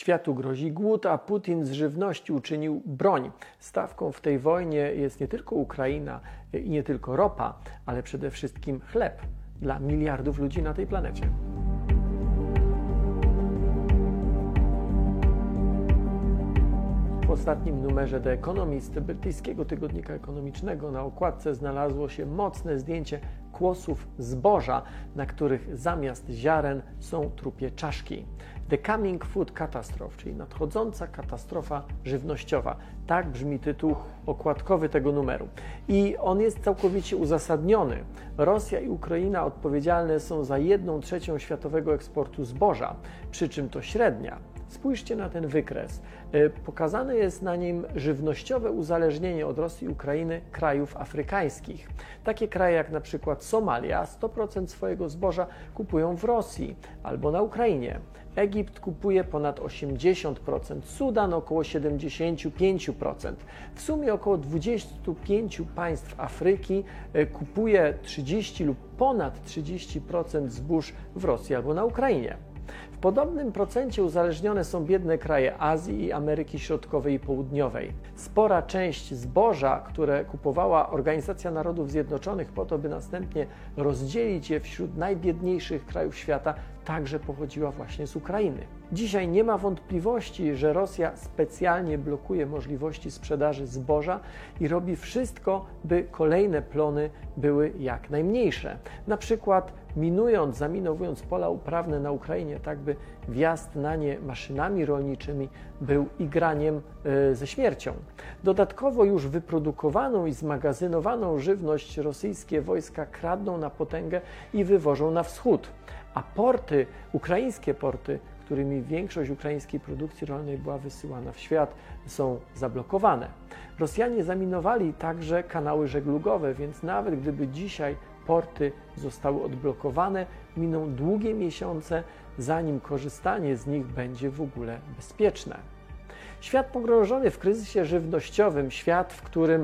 Światu grozi głód, a Putin z żywności uczynił broń. Stawką w tej wojnie jest nie tylko Ukraina i nie tylko ropa, ale przede wszystkim chleb dla miliardów ludzi na tej planecie. W ostatnim numerze The Economist, brytyjskiego tygodnika ekonomicznego, na okładce znalazło się mocne zdjęcie kłosów zboża, na których zamiast ziaren są trupie czaszki. The Coming Food Catastrophe, czyli nadchodząca katastrofa żywnościowa. Tak brzmi tytuł okładkowy tego numeru. I on jest całkowicie uzasadniony. Rosja i Ukraina odpowiedzialne są za 1/3 światowego eksportu zboża, przy czym to średnia. Spójrzcie na ten wykres. Pokazane jest na nim żywnościowe uzależnienie od Rosji i Ukrainy krajów afrykańskich. Takie kraje jak na przykład Somalia 100% swojego zboża kupują w Rosji albo na Ukrainie. Egipt kupuje ponad 80%, Sudan około 75%. W sumie około 25 państw Afryki kupuje 30 lub ponad 30% zbóż w Rosji albo na Ukrainie. W podobnym procencie uzależnione są biedne kraje Azji i Ameryki Środkowej i Południowej. Spora część zboża, które kupowała Organizacja Narodów Zjednoczonych po to, by następnie rozdzielić je wśród najbiedniejszych krajów świata, także pochodziła właśnie z Ukrainy. Dzisiaj nie ma wątpliwości, że Rosja specjalnie blokuje możliwości sprzedaży zboża i robi wszystko, by kolejne plony były jak najmniejsze. Na przykład zaminowując pola uprawne na Ukrainie, tak by wjazd na nie maszynami rolniczymi był igraniem ze śmiercią. Dodatkowo już wyprodukowaną i zmagazynowaną żywność rosyjskie wojska kradną na potęgę i wywożą na wschód. A porty, ukraińskie porty, którymi większość ukraińskiej produkcji rolnej była wysyłana w świat, są zablokowane. Rosjanie zaminowali także kanały żeglugowe, więc nawet gdyby dzisiaj porty zostały odblokowane, miną długie miesiące, zanim korzystanie z nich będzie w ogóle bezpieczne. Świat pogrążony w kryzysie żywnościowym, świat, w którym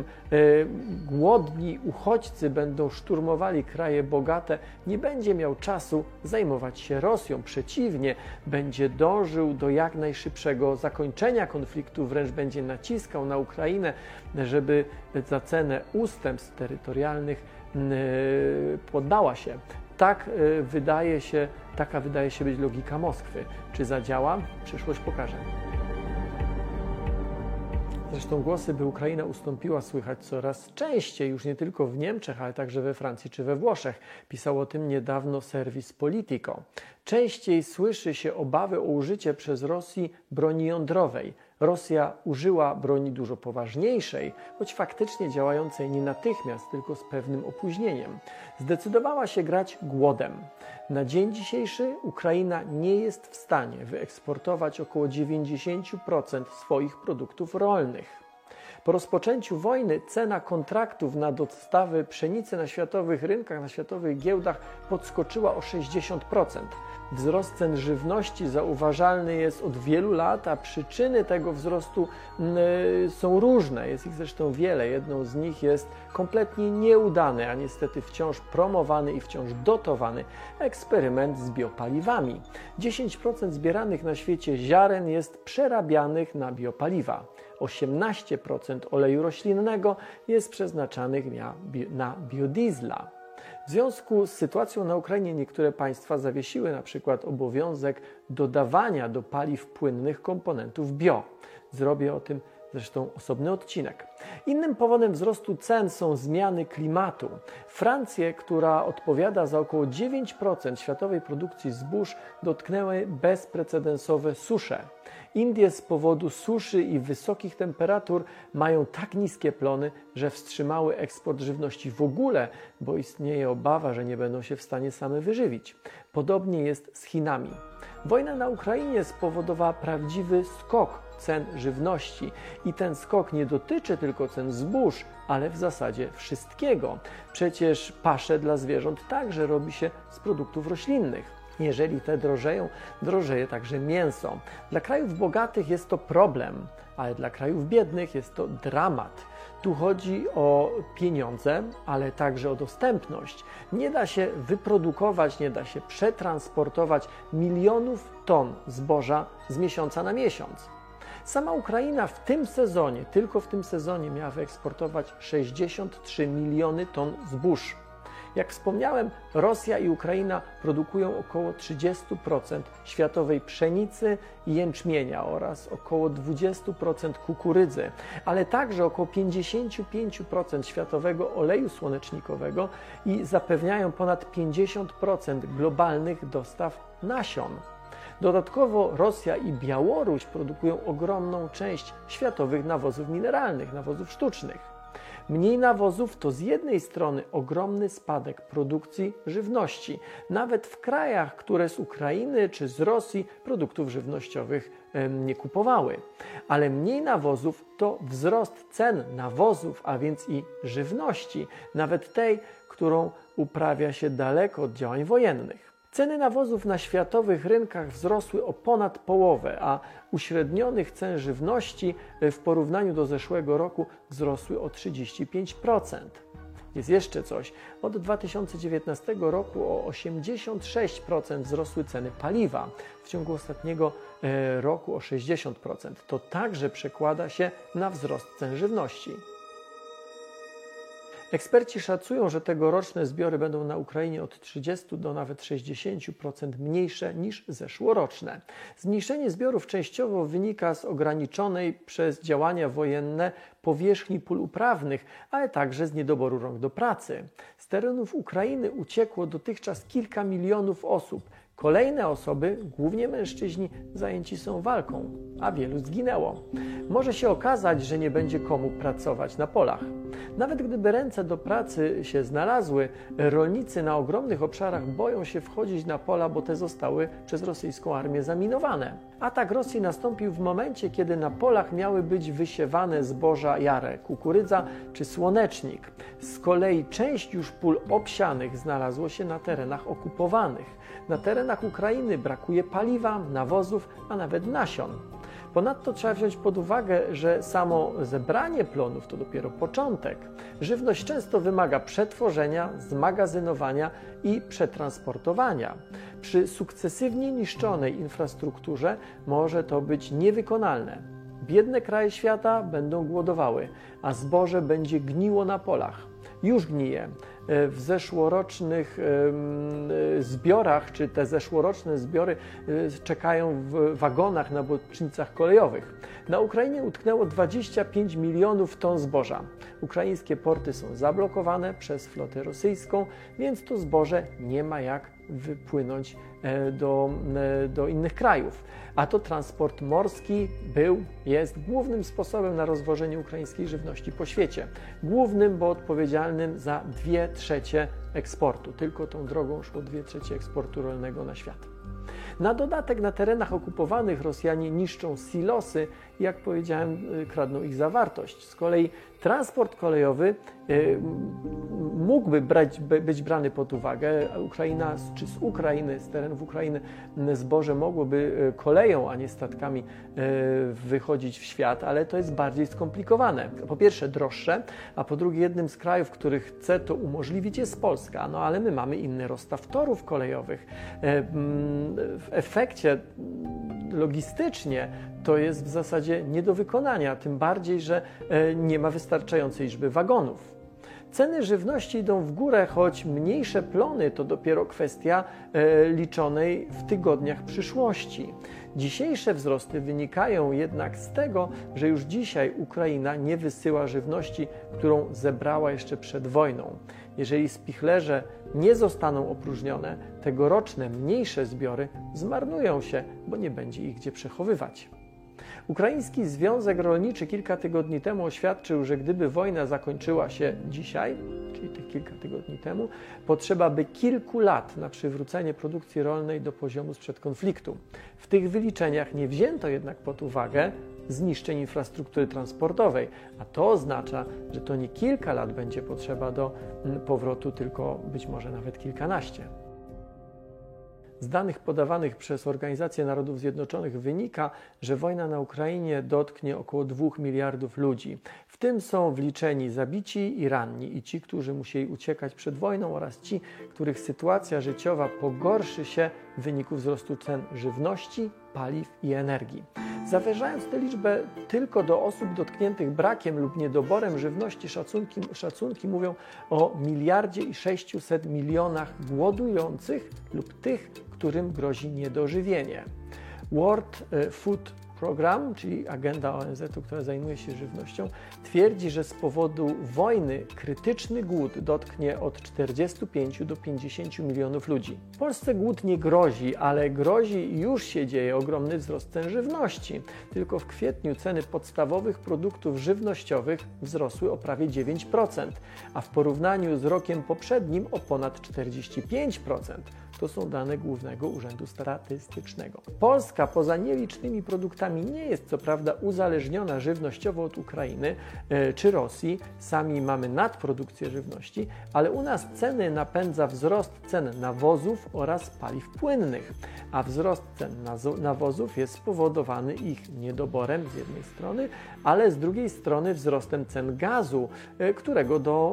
głodni uchodźcy będą szturmowali kraje bogate, nie będzie miał czasu zajmować się Rosją. Przeciwnie, będzie dążył do jak najszybszego zakończenia konfliktu, wręcz będzie naciskał na Ukrainę, żeby za cenę ustępstw terytorialnych poddała się. Taka wydaje się być logika Moskwy. Czy zadziała? Przyszłość pokaże. Zresztą głosy, by Ukraina ustąpiła, słychać coraz częściej, już nie tylko w Niemczech, ale także we Francji czy we Włoszech. Pisał o tym niedawno serwis Politico. Częściej słyszy się obawy o użycie przez Rosję broni jądrowej. Rosja użyła broni dużo poważniejszej, choć faktycznie działającej nie natychmiast, tylko z pewnym opóźnieniem. Zdecydowała się grać głodem. Na dzień dzisiejszy Ukraina nie jest w stanie wyeksportować około 90% swoich produktów rolnych. Po rozpoczęciu wojny cena kontraktów na dostawy pszenicy na światowych rynkach, na światowych giełdach podskoczyła o 60%. Wzrost cen żywności zauważalny jest od wielu lat, a przyczyny tego wzrostu są różne. Jest ich zresztą wiele. Jedną z nich jest kompletnie nieudany, a niestety wciąż promowany i wciąż dotowany eksperyment z biopaliwami. 10% zbieranych na świecie ziaren jest przerabianych na biopaliwa. 18% oleju roślinnego jest przeznaczanych na biodiesla. W związku z sytuacją na Ukrainie niektóre państwa zawiesiły na przykład obowiązek dodawania do paliw płynnych komponentów bio. Zrobię o tym zresztą osobny odcinek. Innym powodem wzrostu cen są zmiany klimatu. Francję, która odpowiada za około 9% światowej produkcji zbóż, dotknęły bezprecedensowe susze. Indie z powodu suszy i wysokich temperatur mają tak niskie plony, że wstrzymały eksport żywności w ogóle, bo istnieje obawa, że nie będą się w stanie same wyżywić. Podobnie jest z Chinami. Wojna na Ukrainie spowodowała prawdziwy skok cen żywności i ten skok nie dotyczy tylko cen zbóż, ale w zasadzie wszystkiego. Przecież pasze dla zwierząt także robi się z produktów roślinnych. Jeżeli te drożeją, drożeje także mięso. Dla krajów bogatych jest to problem, ale dla krajów biednych jest to dramat. Tu chodzi o pieniądze, ale także o dostępność. Nie da się wyprodukować, nie da się przetransportować milionów ton zboża z miesiąca na miesiąc. Sama Ukraina w tym sezonie, tylko w tym sezonie miała wyeksportować 63 miliony ton zbóż. Jak wspomniałem, Rosja i Ukraina produkują około 30% światowej pszenicy i jęczmienia oraz około 20% kukurydzy, ale także około 55% światowego oleju słonecznikowego i zapewniają ponad 50% globalnych dostaw nasion. Dodatkowo Rosja i Białoruś produkują ogromną część światowych nawozów mineralnych, nawozów sztucznych. Mniej nawozów to z jednej strony ogromny spadek produkcji żywności, nawet w krajach, które z Ukrainy czy z Rosji produktów żywnościowych nie kupowały. Ale mniej nawozów to wzrost cen nawozów, a więc i żywności, nawet tej, którą uprawia się daleko od działań wojennych. Ceny nawozów na światowych rynkach wzrosły o ponad połowę, a uśrednionych cen żywności w porównaniu do zeszłego roku wzrosły o 35%. Jest jeszcze coś. Od 2019 roku o 86% wzrosły ceny paliwa. W ciągu ostatniego roku o 60%. To także przekłada się na wzrost cen żywności. Eksperci szacują, że tegoroczne zbiory będą na Ukrainie od 30 do nawet 60% mniejsze niż zeszłoroczne. Zmniejszenie zbiorów częściowo wynika z ograniczonej przez działania wojenne powierzchni pól uprawnych, ale także z niedoboru rąk do pracy. Z terenów Ukrainy uciekło dotychczas kilka milionów osób. Kolejne osoby, głównie mężczyźni, zajęci są walką, a wielu zginęło. Może się okazać, że nie będzie komu pracować na polach. Nawet gdyby ręce do pracy się znalazły, rolnicy na ogromnych obszarach boją się wchodzić na pola, bo te zostały przez rosyjską armię zaminowane. Atak Rosji nastąpił w momencie, kiedy na polach miały być wysiewane zboża jare, kukurydza czy słonecznik. Z kolei część już pól obsianych znalazło się na terenach okupowanych. Na terenach Ukrainy brakuje paliwa, nawozów, a nawet nasion. Ponadto trzeba wziąć pod uwagę, że samo zebranie plonów to dopiero początek. Żywność często wymaga przetworzenia, zmagazynowania i przetransportowania. Przy sukcesywnie niszczonej infrastrukturze może to być niewykonalne. Biedne kraje świata będą głodowały, a zboże będzie gniło na polach. Już gnije. W zeszłorocznych zbiorach, czy te zeszłoroczne zbiory czekają w wagonach na bocznicach kolejowych. Na Ukrainie utknęło 25 milionów ton zboża. Ukraińskie porty są zablokowane przez flotę rosyjską, więc to zboże nie ma jak wypłynąć do innych krajów. A to transport morski jest głównym sposobem na rozwożenie ukraińskiej żywności po świecie. Głównym, bo odpowiedzialnym za 2/3 eksportu. Tylko tą drogą szło 2/3 eksportu rolnego na świat. Na dodatek na terenach okupowanych Rosjanie niszczą silosy i, jak powiedziałem, kradną ich zawartość. Z kolei transport kolejowy mógłby być brany pod uwagę. Ukraina, czy z Ukrainy, z terenów Ukrainy zboże mogłoby koleją, a nie statkami wychodzić w świat, ale to jest bardziej skomplikowane. Po pierwsze droższe, a po drugie jednym z krajów, których chce to umożliwić, jest Polska. No ale my mamy inny rozstaw torów kolejowych. W efekcie logistycznie to jest w zasadzie nie do wykonania, tym bardziej, że nie ma wystarczającej liczby wagonów. Ceny żywności idą w górę, choć mniejsze plony to dopiero kwestia liczonej w tygodniach przyszłości. Dzisiejsze wzrosty wynikają jednak z tego, że już dzisiaj Ukraina nie wysyła żywności, którą zebrała jeszcze przed wojną. Jeżeli spichlerze nie zostaną opróżnione, tegoroczne mniejsze zbiory zmarnują się, bo nie będzie ich gdzie przechowywać. Ukraiński Związek Rolniczy kilka tygodni temu oświadczył, że gdyby wojna zakończyła się dzisiaj, czyli tych kilka tygodni temu, potrzeba by kilku lat na przywrócenie produkcji rolnej do poziomu sprzed konfliktu. W tych wyliczeniach nie wzięto jednak pod uwagę zniszczeń infrastruktury transportowej, a to oznacza, że to nie kilka lat będzie potrzeba do powrotu, tylko być może nawet kilkanaście. Z danych podawanych przez Organizację Narodów Zjednoczonych wynika, że wojna na Ukrainie dotknie około 2 miliardów ludzi. W tym są wliczeni zabici i ranni, i ci, którzy musieli uciekać przed wojną, oraz ci, których sytuacja życiowa pogorszy się w wyniku wzrostu cen żywności, paliw i energii. Zawyżając tę liczbę tylko do osób dotkniętych brakiem lub niedoborem żywności, szacunki mówią o 1,6 miliarda głodujących lub tych, którym grozi niedożywienie. World Food Program, czyli agenda ONZ-u, która zajmuje się żywnością, twierdzi, że z powodu wojny krytyczny głód dotknie od 45 do 50 milionów ludzi. W Polsce głód nie grozi, ale grozi i już się dzieje ogromny wzrost cen żywności. Tylko w kwietniu ceny podstawowych produktów żywnościowych wzrosły o prawie 9%, a w porównaniu z rokiem poprzednim o ponad 45%. To są dane Głównego Urzędu Statystycznego. Polska poza nielicznymi produktami nie jest co prawda uzależniona żywnościowo od Ukrainy czy Rosji. Sami mamy nadprodukcję żywności, ale u nas ceny napędza wzrost cen nawozów oraz paliw płynnych, a wzrost cen nawozów jest spowodowany ich niedoborem z jednej strony, ale z drugiej strony wzrostem cen gazu, którego do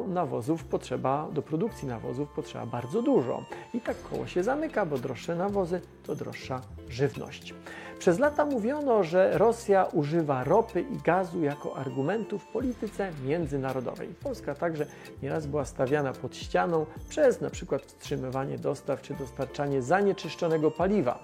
produkcji nawozów potrzeba bardzo dużo. I tak koło się zamyka, bo droższe nawozy to droższa żywność. Przez lata mówiono, że Rosja używa ropy i gazu jako argumentu w polityce międzynarodowej. Polska także nieraz była stawiana pod ścianą przez na przykład wstrzymywanie dostaw czy dostarczanie zanieczyszczonego paliwa.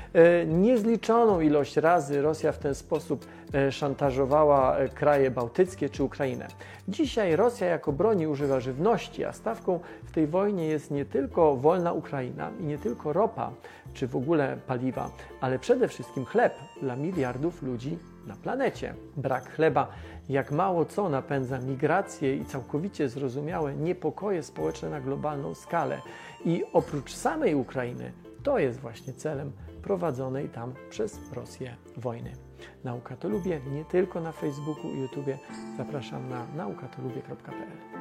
Niezliczoną ilość razy Rosja w ten sposób szantażowała kraje bałtyckie czy Ukrainę. Dzisiaj Rosja jako broni używa żywności, a stawką w tej wojnie jest nie tylko wolna Ukraina i nie tylko ropa czy w ogóle paliwa, ale przede wszystkim chleb dla miliardów ludzi na planecie. Brak chleba jak mało co napędza migrację i całkowicie zrozumiałe niepokoje społeczne na globalną skalę. I oprócz samej Ukrainy to jest właśnie celem prowadzonej tam przez Rosję wojny. Nauka to lubię, nie tylko na Facebooku i YouTubie. Zapraszam na naukatolubie.pl.